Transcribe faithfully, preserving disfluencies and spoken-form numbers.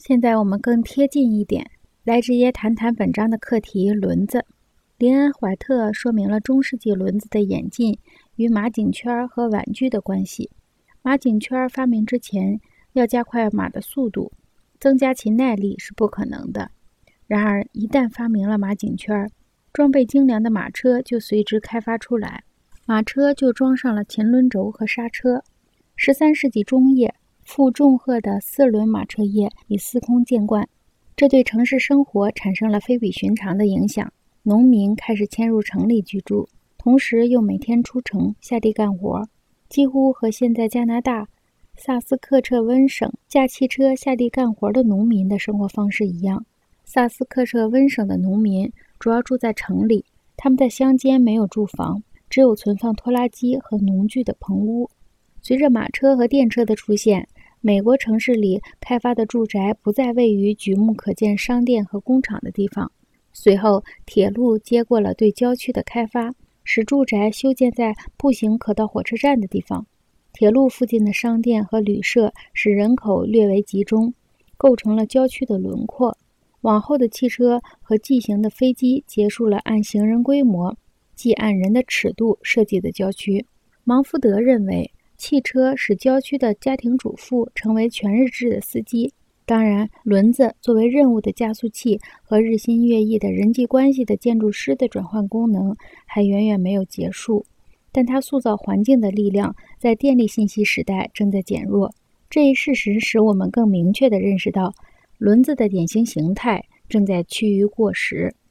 现在我们更贴近一点，来直接谈谈本章的课题——轮子。林恩·怀特说明了中世纪轮子的演进与马颈圈和碗具的关系。马颈圈发明之前，要加快马的速度，增加其耐力是不可能的。然而，一旦发明了马颈圈，装备精良的马车就随之开发出来，马车就装上了前轮轴和刹车。十三世纪中叶，负重荷的四轮马车业已司空见惯，这对城市生活产生了非比寻常的影响。农民开始迁入城里居住，同时又每天出城下地干活，几乎和现在加拿大萨斯克彻温省驾汽车下地干活的农民的生活方式一样。萨斯克彻温省的农民主要住在城里，他们在乡间没有住房，只有存放拖拉机和农具的棚屋。随着马车和电车的出现，美国城市里开发的住宅不再位于举目可见商店和工厂的地方。随后，铁路接过了对郊区的开发，使住宅修建在步行可到火车站的地方。铁路附近的商店和旅社使人口略为集中，构成了郊区的轮廓。往后的汽车和 G 型的飞机结束了按行人规模，即按人的尺度设计的郊区。芒福德认为，汽车使郊区的家庭主妇成为全日制的司机。当然，轮子作为任务的加速器和日新月异的人际关系的建筑师的转换功能还远远没有结束，但它塑造环境的力量在电力信息时代正在减弱。这一事实使我们更明确地认识到，轮子的典型形态正在趋于过时。